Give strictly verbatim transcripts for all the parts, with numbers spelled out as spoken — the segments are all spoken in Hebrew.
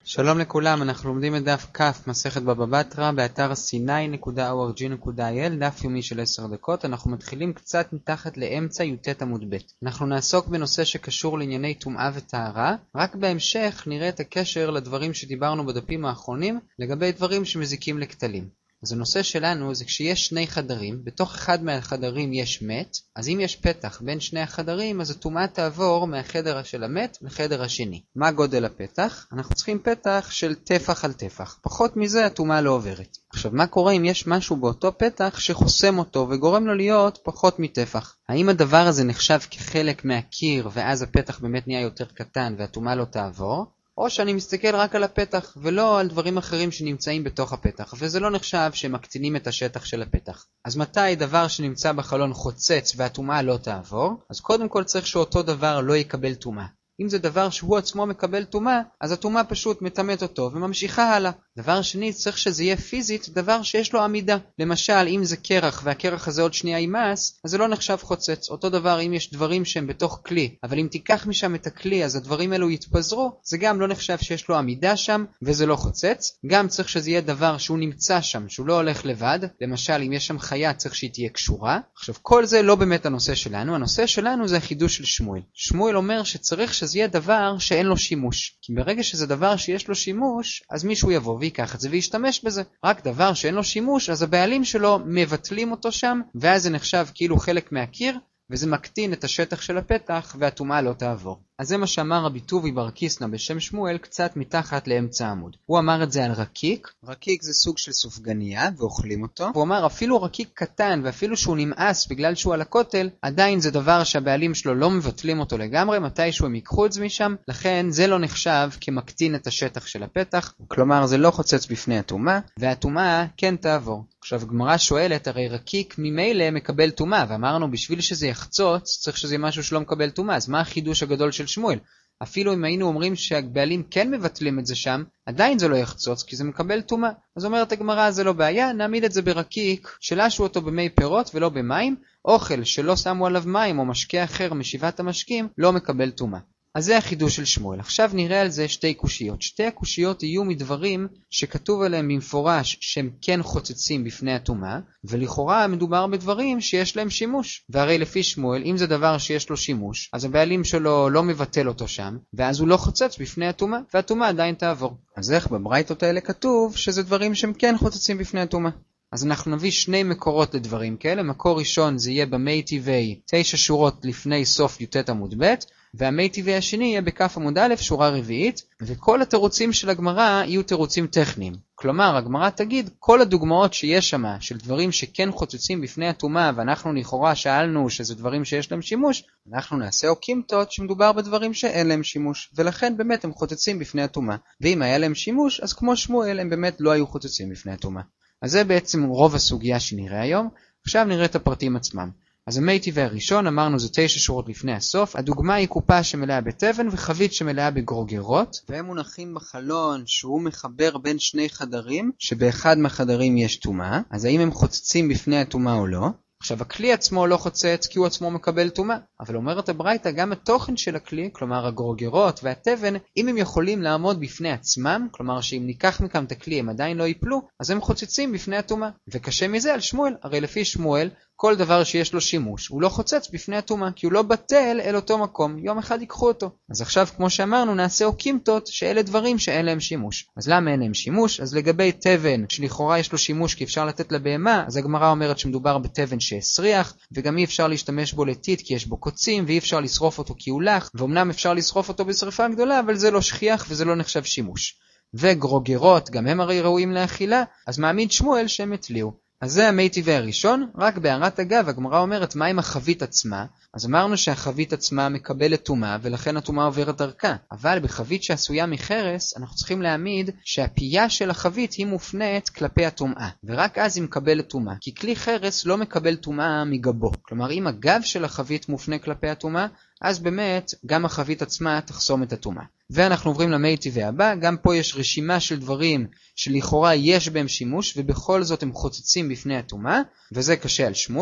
שלום לכולם, אנחנו לומדים את דף כ' מסכת בבא בתרא באתר סיני נקודה או אר ג'י נקודה איי אל, דף יומי של עשר דקות. אנחנו מתחילים קצת מתחת לאמצע י"ט עמוד ב'. אנחנו נעסוק בנושא שקשור לענייני טומאה וטהרה, רק בהמשך נראה את הקשר לדברים שדיברנו בדפים האחרונים לגבי דברים שמזיקים לכתלים. אז הנושא שלנו זה כשיש שני חדרים, בתוך אחד מהחדרים יש מת, אז אם יש פתח בין שני החדרים, אז הטומאה תעבור מהחדר של המת לחדר השני. מה גודל הפתח? אנחנו צריכים פתח של טפח על טפח. פחות מזה הטומאה לא עוברת. עכשיו, מה קורה אם יש משהו באותו פתח שחוסם אותו וגורם לו להיות פחות מטפח? האם הדבר הזה נחשב כחלק מהקיר ואז הפתח באמת נהיה יותר קטן והטומאה לא תעבור? או שאני מסתכל רק על הפתח ולא על דברים אחרים שנמצאים בתוך הפתח, וזה לא נחשב שמקטינים את השטח של הפתח. אז מתי דבר שנמצא בחלון חוצץ והטומאה לא תעבור? אז קודם כל צריך שאותו דבר לא יקבל טומאה. אם זה דבר שהוא עצמו מקבל טומאה, אז הטומאה פשוט מטמאת אותו וממשיכה הלאה. דבר שני, צריך שזה יהיה פיזית דבר שיש לו עמידה. למשל, אם זה קרח והקרח הזה עוד שנייה יימאס, אז זה לא נחשב חוצץ. אותו דבר אם יש דברים שהם בתוך כלי, אבל אם תיקח משם את הכלי אז הדברים האלו יתפזרו, זה גם לא נחשב שיש לו עמידה שם וזה לא חוצץ. גם צריך שזה יהיה דבר שהוא נמצא שם, שהוא לא הולך לבד. למשל, אם יש שם חיה צריך שהיא תהיה קשורה. עכשיו, כל זה לא באמת הנושא שלנו. הנושא שלנו זה החידוש של שמואל. שמואל אומר שצריך שזה יהיה דבר שאין לו שימוש. כי ברגע שזה דבר שיש לו שימוש, אז מישהו יבוא ויקח את זה וישתמש בזה. רק דבר שאין לו שימוש, אז הבעלים שלו מבטלים אותו שם, ואז זה נחשב כאילו חלק מהקיר, וזה מקטין את השטח של הפתח והטומאה לא תעבור. אז זה מה שאמר רבי טובי בר קיסנא בשם שמואל קצת מתחת לאמצע העמוד. הוא אמר את זה על רקיק. רקיק זה סוג של סופגניה ואוכלים אותו. הוא אמר אפילו רקיק קטן ואפילו שהוא נמאס בגלל שהוא על הכותל, עדיין זה דבר שהבעלים שלו לא מבטלים אותו לגמרי, מתישהו הם ייקחו את זה משם, לכן זה לא נחשב כמקטין את השטח של הפתח, כלומר זה לא חוצץ בפני הטומאה, והטומאה כן תעבור. עכשיו גמרא שואלת, הרי רקיק ממילא מקבל טומאה, ואמרנו בשביל שזה יחצוץ צריך שזה משהו שלא מקבל טומאה, אז מה החידוש הגדול של שמואל? אפילו אם היינו אומרים שהבעלים כן מבטלים את זה שם, עדיין זה לא יחצוץ כי זה מקבל טומאה. אז אומרת הגמרא, זה לא בעיה, נעמיד את זה ברקיק, שלשו אותו במי פירות ולא במים, אוכל שלא שמו עליו מים או משקה אחר משבעת המשקים לא מקבל טומאה. אז זה החידוש של שמואל. עכשיו נראה על זה שתי קושיות. שתי הקושיות יהיו מדברים שכתוב עליהם במפורש שהם כן חוצצים בפני הטומאה, ולכאורה מדובר בדברים שיש להם שימוש. והרי לפי שמואל, אם זה דבר שיש לו שימוש, אז הבעלים שלו לא מבטל אותו שם, ואז הוא לא חוצץ בפני הטומאה, והטומאה עדיין תעבור. אז איך בברייתות האלה כתוב שזה דברים שהם כן חוצצים בפני הטומאה? אז אנחנו נביא שני מקורות לדברים כאלה. מקור ראשון זה יהיה במי טבעי, תשע שורות לפני סוף י"ט עמוד ב', והמי טבעי השני יהיה בכף עמוד א', שורה רביעית, וכל התירוצים של הגמרא יהיו תירוצים טכניים. כלומר, הגמרא תגיד, כל הדוגמאות שיש שם של דברים שכן חוצצים בפני הטומאה, ואנחנו לכאורה שאלנו שזה דברים שיש להם שימוש, אנחנו נעשה אוקימתות שמדובר בדברים שאין להם שימוש, ולכן באמת הם חוצצים בפני הטומאה. ואם היה להם שימוש, אז כמו שמואל הם באמת לא היו חוצצים בפני הטומאה. אז זה בעצם רוב הסוגיה שנראה היום. עכשיו נראה את הפרטים עצמם. אז המי טבעי הראשון, אמרנו, זה תשע שורות לפני הסוף. הדוגמה היא קופה שמלאה בתבן וחבית שמלאה בגרוגרות, והם מונחים בחלון שהוא מחבר בין שני חדרים, שבאחד מהחדרים יש טומאה. אז האם הם חוצצים בפני הטומאה או לא? עכשיו, הכלי עצמו לא חוצץ כי הוא עצמו מקבל טומאה, אבל אומרת הברייתא, גם התוכן של הכלי, כלומר הגרוגרות והתבן, אם הם יכולים לעמוד בפני עצמם, כלומר שאם ניקח מכם את הכלי הם עדיין לא ייפלו, אז הם חוצצים בפני הטומאה. וקשה מזה על שמואל, הרי לפי שמואל כל דבר שיש לו שימוש הוא לא חוצץ בפני הטומאה, כי הוא לא בטל אל אותו מקום, יום אחד ייקחו אותו. אז עכשיו כמו שאמרנו נעשה אוקימתות שאלה דברים שאין להם שימוש. אז למה אין להם שימוש? אז לגבי תבן שלכאורה יש לו שימוש כי אפשר לתת לבהמה, אז הגמרא אומרת שמדובר בתבן שהסריח, וגם אי אפשר להשתמש בו לטיט כי יש בו קוצים, ואי אפשר לשרוף אותו כי הוא לח, ואומנם אפשר לשרוף אותו בשריפה גדולה, אבל זה לא שכיח וזה לא נחשב שימוש. וגרוגרות גם הם הרי ראויים לאכילה, אז מעמיד שמואל שהם התליעו. אז זה המי טבעי הראשון. רק בהערת אגב, הגמרא אומרת מה עם החבית עצמה? אז אמרנו שהחבית עצמה מקבלת טומאה ולכן הטומאה עוברת דרכה. אבל בחבית שעשויה מחרס אנחנו צריכים להעמיד שהפייה של החבית היא מופנית כלפי הטומאה, ורק אז היא מקבלת טומאה, כי כלי חרס לא מקבל טומאה מגבו. כלומר אם הגב של החבית מופנה כלפי הטומאה, אז באמת גם החבית עצמה תחסום את הטומאה. ואנחנו עוברים למי טבעי הבא. גם פה יש רשימה של דברים שלכאורה יש בהם שימוש ובכל זאת הם חוצצים בפני הטומאה, וזה קשה על שמואל.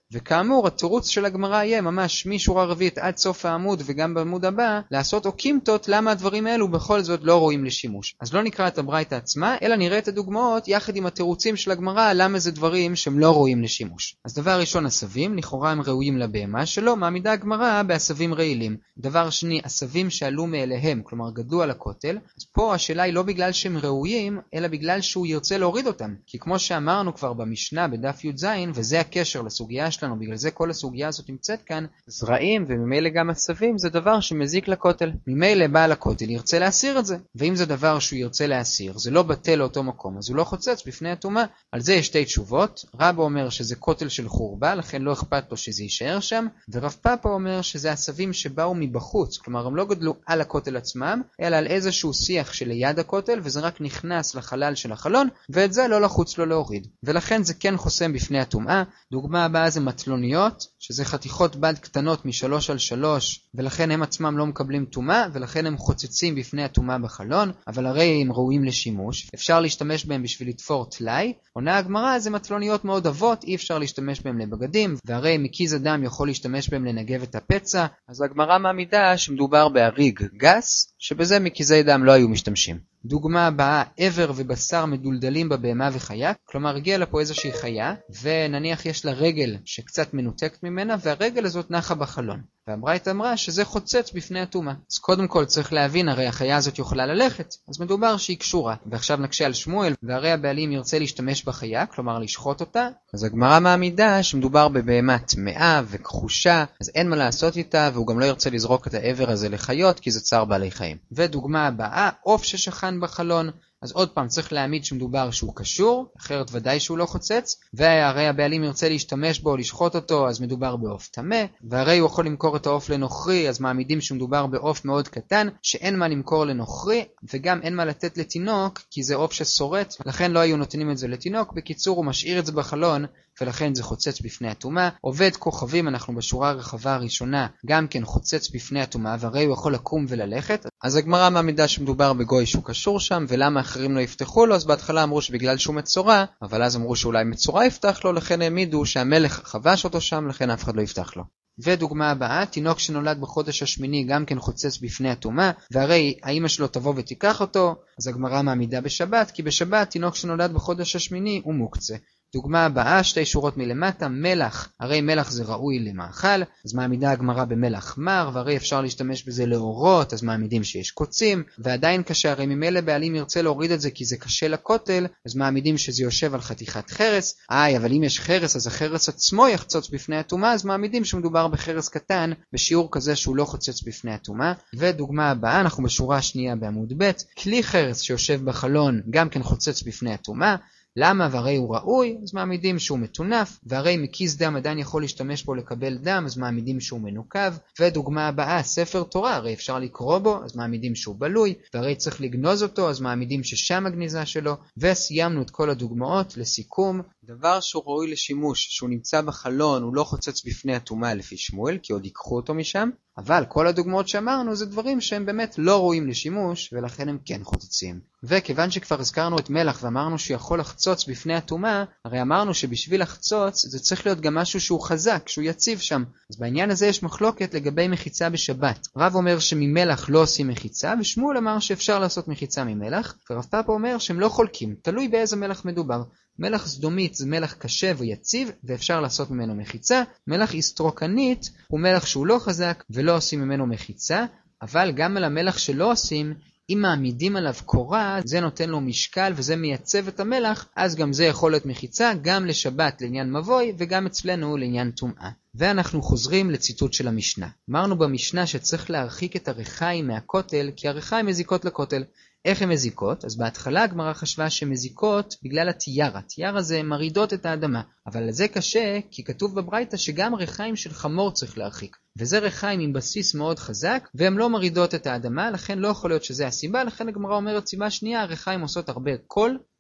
וכאמור התירוץ של הגמרא יהיה ממש משורה רביעית עד סוף העמוד וגם בעמוד הבא לעשות אוקימתות למה הדברים האלו בכל זאת לא ראויים לשימוש. אז לא נקרא את הברייתא עצמה אלא נראה את הדוגמאות יחד עם התירוצים של הגמרא למה זה דברים שהם לא ראויים לשימוש. אז דבר ראשון, עשבים, לכאורה הם ראויים לבהמה שלו, מעמידה הגמרא בעשבים רעילים. דבר שני, עשבים שעלו מאליהם, כלומר גדלו על הכותל, אז פה השאלה היא לא בגלל שהם ראויים אלא בגלל שהוא ירצה להוריד אותם, כי כמו שאמרנו כבר במשנה בדף י"ז, וזה הקשר לסוגיה שלנו, בגלל זה כל הסוגיה הזאת נמצאת כאן, זרעים וממילא גם עשבים זה דבר שמזיק לכותל. ממילא בעל הכותל ירצה להסיר את זה, ואם זה דבר שהוא ירצה להסיר, זה לא בטל לאותו מקום, אז הוא לא חוצץ בפני הטומאה. על זה יש שתי תשובות. רבא אומר שזה כותל של חורבה, לכן לא אכפת לו שזה יישאר שם, ורב פאפא אומר שזה עשבים שבאו מבחוץ, כלומר הם לא גדלו על הכותל עצמם, אלא על איזשהו שיח שליד הכותל, וזה רק נכנס לחלל של החלון, ואת זה לא לחוץ לו להוריד. ולכן זה כן חוסם בפני הטומאה. דוגמה הבאה זה מטלוניות, שזה חתיכות בד קטנות משלוש על שלוש, ולכן הם עצמם לא מקבלים טומאה, ולכן הם חוצצים בפני הטומאה בחלון, אבל הרי הם ראויים לשימוש, אפשר להשתמש בהם בשביל לתפור תלי. עונה הגמרא, זה מטלוניות מאוד עבות, אי אפשר להשתמש בהם לבגדים, והרי מקיז אדם יכול להשתמש בהם לנגב את הפצע, אז הגמרא מעמידה שמדובר באריג גס, שבזה מקיזי דם לא היו משתמשים. דוגמה הבאה, עבר ובשר מדולדלים בבהמה וחיה, כלומר הגיעה לפה איזושהי חיה, ונניח יש לה רגל שקצת מנותקת ממנה, והרגל הזאת נחה בחלון. והברייתא אמרה שזה חוצץ בפני הטומאה. אז קודם כל צריך להבין, הרי החיה הזאת יכולה ללכת, אז מדובר שהיא קשורה. ועכשיו נקשה על שמואל, והרי הבעלים ירצה להשתמש בחיה, כלומר לשחוט אותה, אז הגמרא מעמידה שמדובר בבהמה טמאה וכחושה, אז אין מה לעשות איתה, והוא גם לא ירצה לזרוק את העבר הזה לחיות, כי זה צער בעלי חיים. ודוגמה הבאה, עוף ששכן בחלון, אז עוד פעם צריך להעמיד שמדובר שהוא קשור, אחרת ודאי שהוא לא חוצץ, והרי הבעלים ירצה להשתמש בו או לשחוט אותו, אז מדובר בעוף טמא, והרי הוא יכול למכור את העוף לנוכרי, אז מעמידים שמדובר בעוף מאוד קטן, שאין מה למכור לנוכרי, וגם אין מה לתת לתינוק, כי זה עוף ששורט, לכן לא היו נותנים את זה לתינוק. בקיצור הוא משאיר את זה בחלון, ולכן זה חוצץ בפני הטומאה. עובד כוכבים, אנחנו בשורה הרחבה הראשונה, גם כן חוצץ בפני הטומאה, והרי הוא יכול לקום וללכת. אז הגמרא מעמידה שמדובר בגוי שהוא קשור שם, ולמה אחרים לא יפתחו לו? אז בהתחלה אמרו שבגלל שהוא מצורע, אבל אז אמרו שאולי מצורע יפתח לו, לכן העמידו שהמלך חבש אותו שם, לכן אף אחד לא יפתח לו. ודוגמה הבאה, תינוק שנולד בחודש השמיני גם כן חוצץ בפני הטומאה, והרי האמא שלו תבוא ותיקח אותו, אז הגמרא מעמידה בשבת, כי בשבת תינוק שנולד בחודש השמיני הוא מוקצה. דוגמה הבאה, שתי שורות מלמטה, מלח, הרי מלח זה ראוי למאכל, אז מעמידה הגמרא במלח מר, והרי אפשר להשתמש בזה לאורות, אז מעמידים שיש קוצים, ועדיין קשה, הרי ממילא בעלים ירצה להוריד את זה כי זה קשה לכותל, אז מעמידים שזה יושב על חתיכת חרס. איי, אבל אם יש חרס, אז החרס עצמו יחצוץ בפני הטומאה, אז מעמידים שמדובר בחרס קטן, בשיעור כזה שהוא לא חוצץ בפני הטומאה. ודוגמה הבאה, אנחנו בשורה השנייה בעמוד ב', כלי חרס שיושב בחלון גם כן חוצץ בפני הטומאה. למה? והרי הוא ראוי, אז מעמידים שהוא מטונף, והרי מקיז דם עדיין יכול להשתמש בו לקבל דם, אז מעמידים שהוא מנוקב. ודוגמה הבאה, ספר תורה, הרי אפשר לקרוא בו, אז מעמידים שהוא בלוי, והרי צריך לגנוז אותו, אז מעמידים ששם הגניזה שלו. וסיימנו את כל הדוגמאות. לסיכום, דבר שהוא ראוי לשימוש, שהוא נמצא בחלון, הוא לא חוצץ בפני הטומאה לפי שמואל, כי עוד ייקחו אותו משם, אבל כל הדוגמאות שאמרנו זה דברים שהם באמת לא ראויים לשימוש, ולכן הם כן חוצצים. וכיוון שכבר הזכרנו את מלח ואמרנו שיכול לחצוץ בפני הטומאה, הרי אמרנו שבשביל לחצוץ זה צריך להיות גם משהו שהוא חזק, שהוא יציב שם. אז בעניין הזה יש מחלוקת לגבי מחיצה בשבת. רב אומר שממלח לא עושים מחיצה, ושמואל אמר שאפשר לעשות מחיצה ממלח, ורב פאפא אומר שהם לא חולקים, תלוי באיזה מלח מדובר. מלח סדומית זה מלח קשה ויציב ואפשר לעשות ממנו מחיצה. מלח אסטרוקנית הוא מלח שהוא לא חזק ולא עושים ממנו מחיצה, אבל גם על המלח שלא עושים, אם מעמידים עליו קורה, זה נותן לו משקל וזה מייצב את המלח, אז גם זה יכול להיות מחיצה גם לשבת לעניין מבוי וגם אצלנו לעניין טומאה. ואנחנו חוזרים לציטוט של המשנה. אמרנו במשנה שצריך להרחיק את הריחיים מהכותל, כי הריחיים מזיקות לכותל. איך הן מזיקות? אז בהתחלה הגמרא חשבה שמזיקות בגלל התיארה. תיארה זה מרידות את האדמה, אבל זה קשה כי כתוב בברייתא שגם ריחיים של חמור צריך להרחיק. וזה ריחיים עם בסיס מאוד חזק, והן לא מרידות את האדמה, לכן לא יכול להיות שזה הסיבה. לכן הגמרא אומרת סיבה שנייה, הריחיים עושות הרבה קול,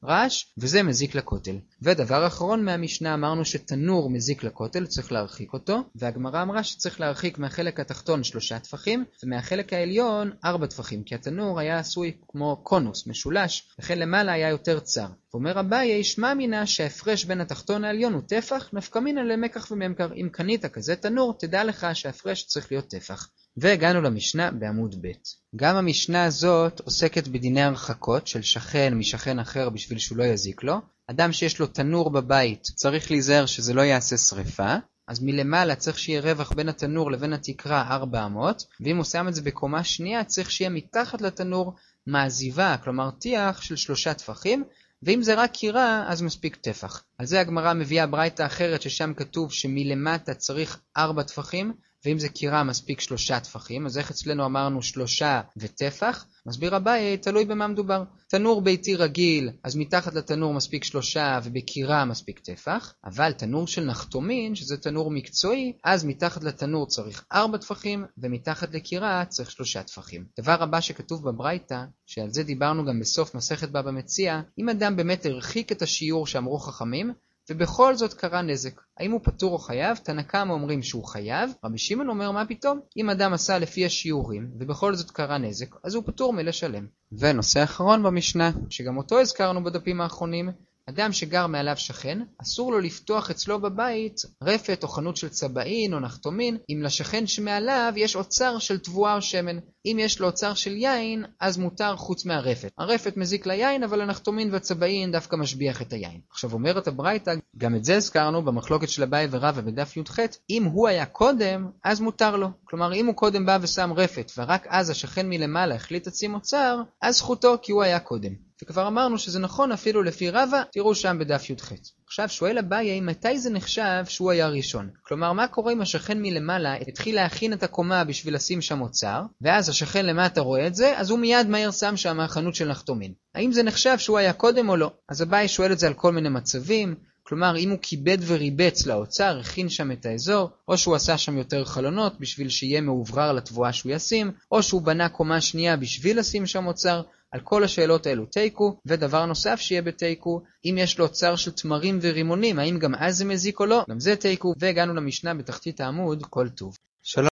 רעש, וזה מזיק לכותל. ודבר אחרון מהמשנה, אמרנו שתנור מזיק לכותל, צריך להרחיק אותו, והגמרא אמרה שצריך להרחיק מהחלק התחתון שלושה טפחים, ומהחלק העליון ארבע טפחים, כי התנור היה עשוי כמו קונוס, משולש, וכן למעלה היה יותר צר. ואומר אביי, ישמע מינה שההפרש בין התחתון העליון הוא טפח, נפקא מינה למקח וממכר. אם קנית כזה תנור, תדע לך שההפרש צריך להיות טפח. והגענו למשנה בעמוד ב'. גם המשנה הזאת עוסקת בדיני הרחקות של שכן משכן אחר בשביל שהוא לא יזיק לו. אדם שיש לו תנור בבית צריך להיזהר שזה לא יעשה שריפה, אז מלמעלה צריך שיהיה רווח בין התנור לבין התקרה ארבע אמות, ואם הוא שם את זה בקומה שנייה צריך שיהיה מתחת לתנור מעזיבה, כלומר טיח של שלושה טפחים, ואם זה רק קירה אז מספיק טפח. על זה הגמרא מביאה ברייתא אחרת ששם כתוב שמלמטה צריך ארבע טפחים, ואם זה קירה מספיק שלושה טפחים, אז איך אצלנו אמרנו שלושה וטפח? מסביר אביי, תלוי במה מדובר. תנור ביתי רגיל, אז מתחת לתנור מספיק שלושה ובקירה מספיק טפח, אבל תנור של נחתומין, שזה תנור מקצועי, אז מתחת לתנור צריך ארבע טפחים, ומתחת לקירה צריך שלושה טפחים. דבר הבא שכתוב בברייתא, שעל זה דיברנו גם בסוף מסכת בבא מציעא, אם אדם באמת הרחיק את השיעור שאמרו חכמים, ובכל זאת קרה נזק. האם הוא פטור או חייב? תנא קמא אומרים שהוא חייב, רבי שמעון אומר מה פתאום? אם אדם עשה לפי השיעורים ובכל זאת קרה נזק, אז הוא פטור מלשלם. ונושא אחרון במשנה, שגם אותו הזכרנו בדפים האחרונים, אדם שגר מעליו שכן, אסור לו לפתוח אצלו בבית רפת או חנות של צבעין או נחתומין, אם לשכן שמעליו יש אוצר של תבואה או שמן. אם יש לו אוצר של יין, אז מותר חוץ מהרפת. הרפת מזיק ליין, אבל הנחתומין והצבעין דווקא משביח את היין. עכשיו אומרת הברייתא, גם את זה הזכרנו במחלוקת של אביי ורבא בדף י"ח, אם הוא היה קודם, אז מותר לו. כלומר, אם הוא קודם בא ושם רפת, ורק אז השכן מלמעלה החליט לשים אוצר, אז זכותו כי הוא היה קודם. וכבר אמרנו שזה נכון אפילו לפי רבא, תראו שם בדף י"ח. עכשיו שואל אביי, מתי זה נחשב שהוא היה ראשון? כלומר, מה קורה אם השכן מלמעלה התחיל להכין את הקומה בשביל לשים שם אוצר, ואז השכן למטה רואה את זה, אז הוא מיד מהר שם שם החנות של נחתומין. האם זה נחשב שהוא היה קודם או לא? אז אביי שואל את זה על כל מיני מצבים, כלומר, אם הוא כיבד וריבץ לאוצר, הכין שם את האזור, או שהוא עשה שם יותר חלונות בשביל שיהיה מעוברר לתבואה שהוא ישים, או שהוא בנה קומה שנייה בשביל לשים שם אוצר, על כל השאלות האלו תיקו, ודבר נוסף שיהיה בתיקו, אם יש לו אוצר של תמרים ורימונים, האם גם אז זה מזיק או לא? גם זה תיקו, והגענו למשנה בתחתית העמוד, כל טוב. שלום.